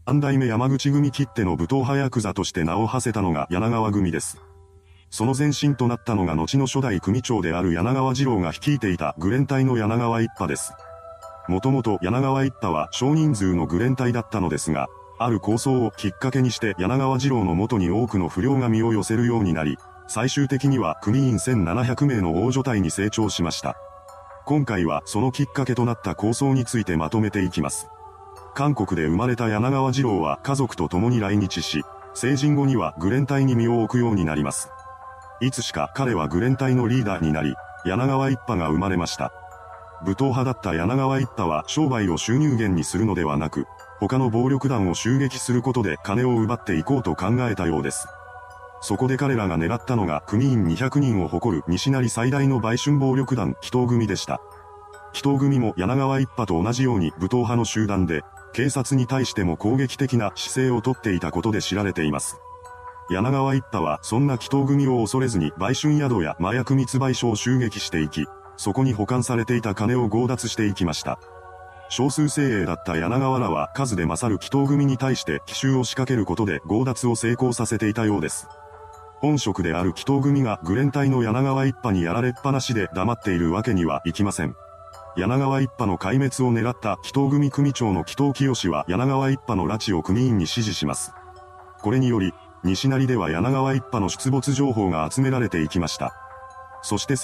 三代目山口組きっての武闘派ヤクザとして名を馳せたのが柳川組です。その前身となったのが後の初代組長である柳川次郎が率いていた愚連隊の柳川一派です。もともと柳川一派は少人数の愚連隊だったのですが、ある抗争をきっかけにして柳川次郎の元に多くの不良が身を寄せるようになり、最終的には組員1700名の大所隊に成長しました。今回はそのきっかけとなった抗争についてまとめていきます。韓国で生まれた柳川次郎は家族と共に来日し、成人後には愚連隊に身を置くようになります。いつしか彼は愚連隊のリーダーになり、柳川一派が生まれました。武闘派だった柳川一派は商売を収入源にするのではなく、他の暴力団を襲撃することで金を奪っていこうと考えたようです。そこで彼らが狙ったのが組員200人を誇る西成最大の売春暴力団紀藤組でした。紀藤組も柳川一派と同じように武闘派の集団で、警察に対しても攻撃的な姿勢をとっていたことで知られています。柳川一派はそんな紀藤組を恐れずに売春宿や麻薬密売所を襲撃していき、そこに保管されていた金を強奪していきました。少数精鋭だった柳川らは数で勝る紀藤組に対して奇襲を仕掛けることで強奪を成功させていたようです。本職である紀藤組が愚連隊の柳川一派にやられっぱなしで黙っているわけにはいきません。柳川一派の壊滅を狙った紀藤組組長の紀藤清は柳川一派の拉致を組員に指示します。これにより、西成では柳川一派の出没情報が集められていきました。そして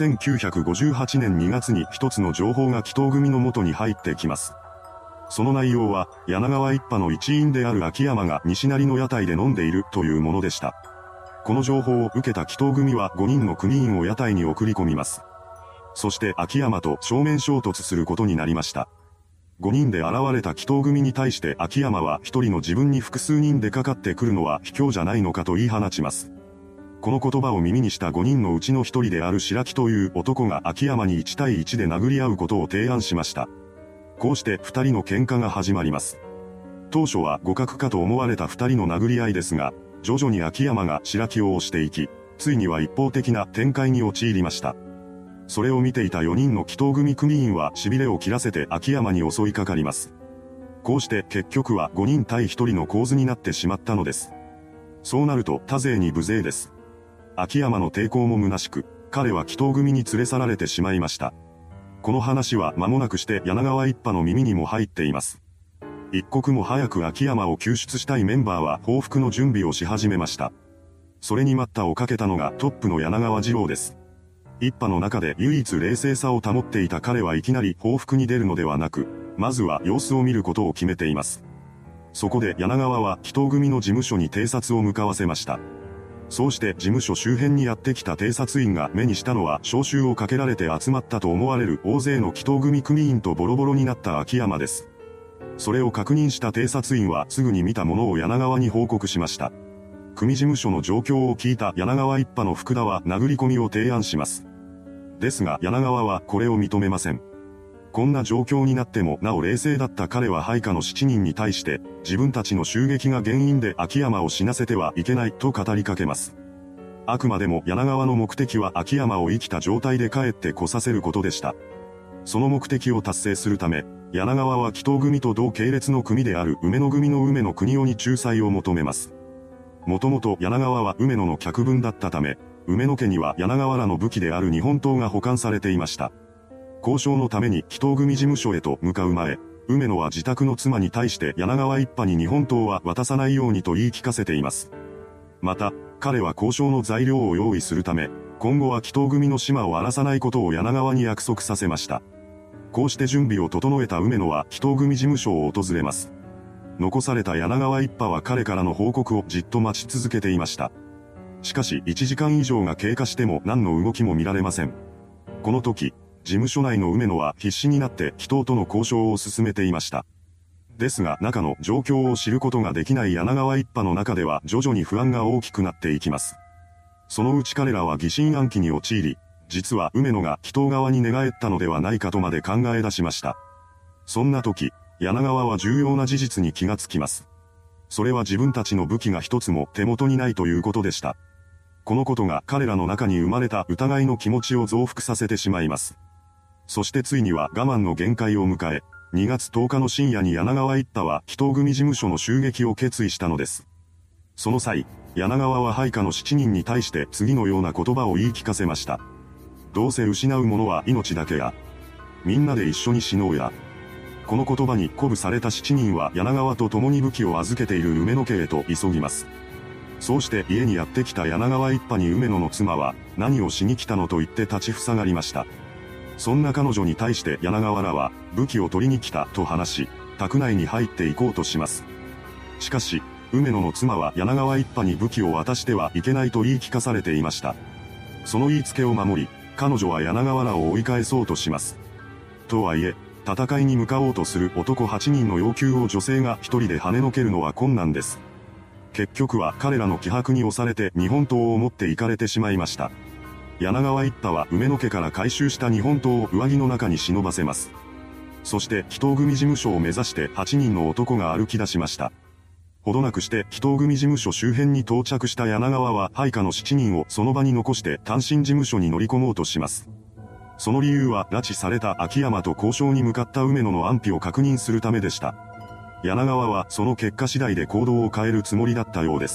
1958年2月に一つの情報が紀藤組の元に入ってきます。その内容は、柳川一派の一員である秋山が西成の屋台で飲んでいるというものでした。この情報を受けた紀藤組は5人の組員を屋台に送り込みます。そして秋山と正面衝突することになりました。5人で現れた紀藤組に対して秋山は1人の自分に複数人でかかってくるのは卑怯じゃないのかと言い放ちます。この言葉を耳にした5人のうちの1人である白木という男が秋山に1対1で殴り合うことを提案しました。こうして2人の喧嘩が始まります。当初は互角かと思われた2人の殴り合いですが、徐々に秋山が白木を押していき、ついには一方的な展開に陥りました。それを見ていた4人の紀藤組組員は痺れを切らせて秋山に襲いかかります。こうして結局は5人対1人の構図になってしまったのです。そうなると多勢に無勢です。秋山の抵抗も虚しく、彼は紀藤組に連れ去られてしまいました。この話は間もなくして柳川一派の耳にも入っています。一刻も早く秋山を救出したいメンバーは報復の準備をし始めました。それに待ったをかけたのがトップの柳川次郎です。一派の中で唯一冷静さを保っていた彼はいきなり報復に出るのではなく、まずは様子を見ることを決めています。そこで柳川は紀藤組の事務所に偵察を向かわせました。そうして事務所周辺にやってきた偵察員が目にしたのは招集をかけられて集まったと思われる大勢の紀藤組組員とボロボロになった秋山です。それを確認した偵察員はすぐに見たものを柳川に報告しました。組事務所の状況を聞いた柳川一派の福田は殴り込みを提案します。ですが柳川はこれを認めません。こんな状況になってもなお冷静だった彼は配下の7人に対して自分たちの襲撃が原因で秋山を死なせてはいけないと語りかけます。あくまでも柳川の目的は秋山を生きた状態で帰ってこさせることでした。その目的を達成するため、柳川は紀藤組と同系列の組である梅野組の梅野国夫に仲裁を求めます。もともと柳川は梅野の客分だったため、梅野家には柳川らの武器である日本刀が保管されていました。交渉のために紀藤組事務所へと向かう前、梅野は自宅の妻に対して柳川一派に日本刀は渡さないようにと言い聞かせています。また、彼は交渉の材料を用意するため、今後は紀藤組の島を荒らさないことを柳川に約束させました。こうして準備を整えた梅野は紀藤組事務所を訪れます。残された柳川一派は彼からの報告をじっと待ち続けていました。しかし1時間以上が経過しても何の動きも見られません。この時、事務所内の梅野は必死になって紀藤との交渉を進めていました。ですが中の状況を知ることができない柳川一派の中では徐々に不安が大きくなっていきます。そのうち彼らは疑心暗鬼に陥り、実は梅野が紀藤側に寝返ったのではないかとまで考え出しました。そんな時、柳川は重要な事実に気がつきます。それは自分たちの武器が一つも手元にないということでした。このことが彼らの中に生まれた疑いの気持ちを増幅させてしまいます。そしてついには我慢の限界を迎え、 2月10日の深夜に柳川一派は紀藤組事務所の襲撃を決意したのです。その際、柳川は配下の7人に対して次のような言葉を言い聞かせました。どうせ失うものは命だけや。みんなで一緒に死のうや。この言葉に鼓舞された7人は柳川と共に武器を預けている梅野家へと急ぎます。そうして家にやってきた柳川一派に梅野の妻は、何をしに来たのと言って立ちふさがりました。そんな彼女に対して柳川らは、武器を取りに来たと話し、宅内に入っていこうとします。しかし、梅野の妻は柳川一派に武器を渡してはいけないと言い聞かされていました。その言いつけを守り、彼女は柳川らを追い返そうとします。とはいえ、戦いに向かおうとする男8人の要求を女性が一人で跳ねのけるのは困難です。結局は彼らの気迫に押されて日本刀を持って行かれてしまいました。柳川一派は梅野家から回収した日本刀を上着の中に忍ばせます。そして紀藤組事務所を目指して8人の男が歩き出しました。ほどなくして紀藤組事務所周辺に到着した柳川は配下の7人をその場に残して単身事務所に乗り込もうとします。その理由は拉致された秋山と交渉に向かった梅野の安否を確認するためでした。柳川はその結果次第で行動を変えるつもりだったようです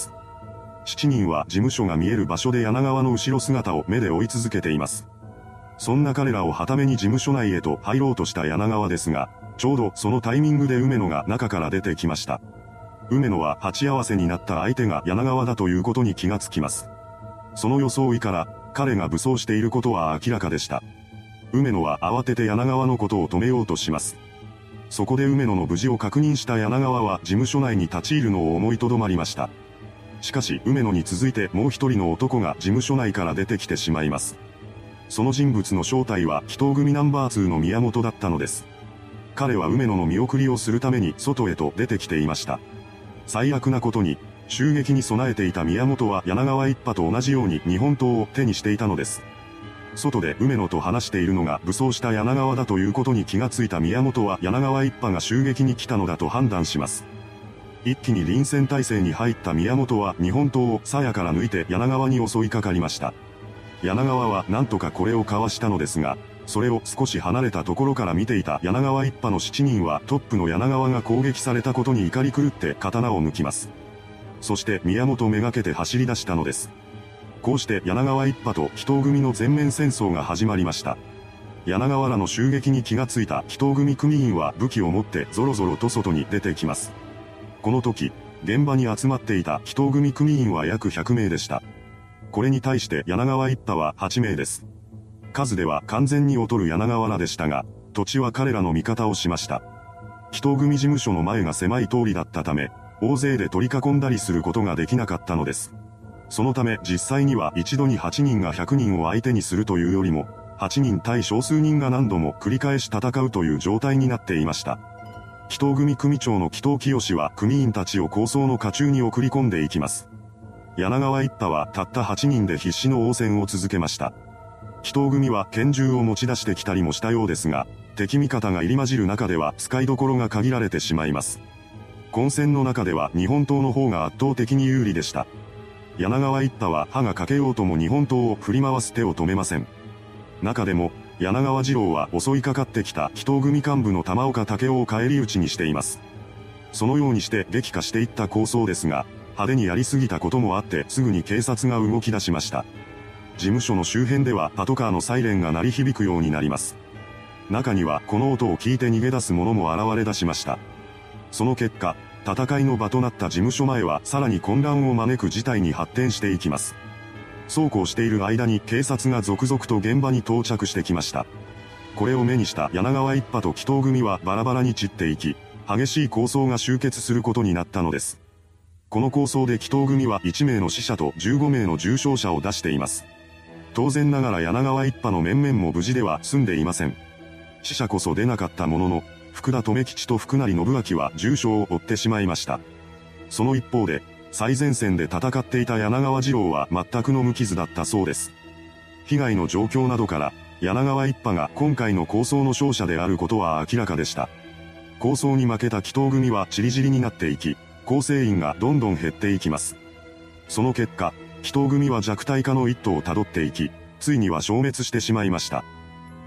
。7人は事務所が見える場所で柳川の後ろ姿を目で追い続けています。そんな彼らをはために事務所内へと入ろうとした柳川ですが、ちょうどそのタイミングで梅野が中から出てきました。梅野は鉢合わせになった相手が柳川だということに気がつきます。その装いから彼が武装していることは明らかでした。梅野は慌てて柳川のことを止めようとします。そこで梅野の無事を確認した柳川は事務所内に立ち入るのを思いとどまりました。しかし梅野に続いてもう一人の男が事務所内から出てきてしまいます。その人物の正体は紀藤組ナンバー2の宮本だったのです。彼は梅野の見送りをするために外へと出てきていました。最悪なことに、襲撃に備えていた宮本は柳川一派と同じように日本刀を手にしていたのです。外で梅野と話しているのが武装した柳川だということに気がついた宮本は柳川一派が襲撃に来たのだと判断します。一気に臨戦態勢に入った宮本は日本刀を鞘から抜いて柳川に襲いかかりました。柳川は何とかこれをかわしたのですが、それを少し離れたところから見ていた柳川一派の7人はトップの柳川が攻撃されたことに怒り狂って刀を抜きます。そして宮本めがけて走り出したのです。こうして柳川一派と紀藤組の全面戦争が始まりました。柳川らの襲撃に気がついた紀藤組組員は武器を持ってゾロゾロと外に出てきます。この時、現場に集まっていた紀藤組組員は約100名でした。これに対して柳川一派は8名です。数では完全に劣る柳川らでしたが、土地は彼らの味方をしました。紀藤組事務所の前が狭い通りだったため、大勢で取り囲んだりすることができなかったのです。そのため実際には一度に8人が100人を相手にするというよりも、8人対少数人が何度も繰り返し戦うという状態になっていました。紀藤組組長の紀藤清は組員たちを抗争の渦中に送り込んでいきます。柳川一派はたった8人で必死の応戦を続けました。紀藤組は拳銃を持ち出してきたりもしたようですが、敵味方が入り混じる中では使いどころが限られてしまいます。混戦の中では日本刀の方が圧倒的に有利でした。柳川一派は刃が欠けようとも日本刀を振り回す手を止めません。中でも、柳川次郎は襲いかかってきた紀藤組幹部の玉岡武雄を返り討ちにしています。そのようにして激化していった抗争ですが、派手にやりすぎたこともあってすぐに警察が動き出しました。事務所の周辺ではパトカーのサイレンが鳴り響くようになります。中にはこの音を聞いて逃げ出す者も現れ出しました。その結果、戦いの場となった事務所前はさらに混乱を招く事態に発展していきます。そうこうしている間に警察が続々と現場に到着してきました。これを目にした柳川一派と紀藤組はバラバラに散っていき、激しい抗争が終結することになったのです。この抗争で紀藤組は1名の死者と15名の重傷者を出しています。当然ながら柳川一派の面々も無事では済んでいません。死者こそ出なかったものの、福田留吉と福成信明は重傷を負ってしまいました。その一方で、最前線で戦っていた柳川次郎は全くの無傷だったそうです。被害の状況などから、柳川一派が今回の抗争の勝者であることは明らかでした。抗争に負けた紀藤組は散り散りになっていき、構成員がどんどん減っていきます。その結果、紀藤組は弱体化の一途をたどっていき、ついには消滅してしまいました。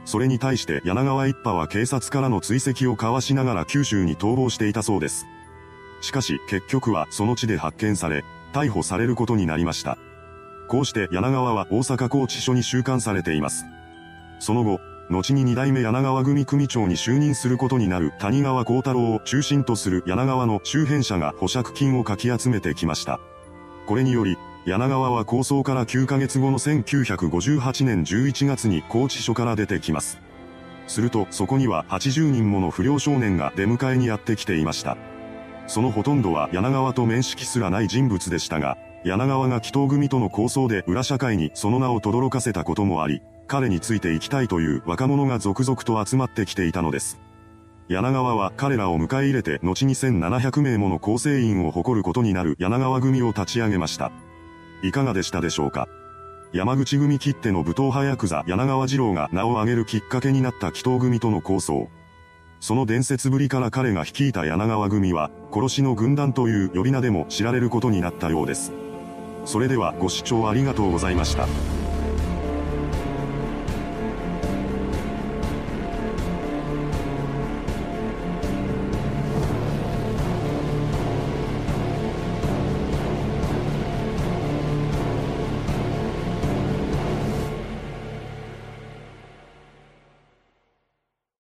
それに対して柳川一派は警察からの追跡をかわしながら九州に逃亡していたそうです。しかし結局はその地で発見され、逮捕されることになりました。こうして柳川は大阪拘置所に収監されています。その後、後に二代目柳川組組長に就任することになる谷川幸太郎を中心とする柳川の周辺者が保釈金をかき集めてきました。これにより、柳川は抗争から9ヶ月後の1958年11月に拘置所から出てきます。するとそこには80人もの不良少年が出迎えにやってきていました。そのほとんどは柳川と面識すらない人物でしたが、柳川が紀藤組との抗争で裏社会にその名を轟かせたこともあり、彼についていきたいという若者が続々と集まってきていたのです。柳川は彼らを迎え入れて後に1700名もの構成員を誇ることになる柳川組を立ち上げました。いかがでしたでしょうか。山口組きっての武闘派ヤクザ柳川次郎が名を挙げるきっかけになった紀藤組との抗争。その伝説ぶりから彼が率いた柳川組は、殺しの軍団という呼び名でも知られることになったようです。それではご視聴ありがとうございました。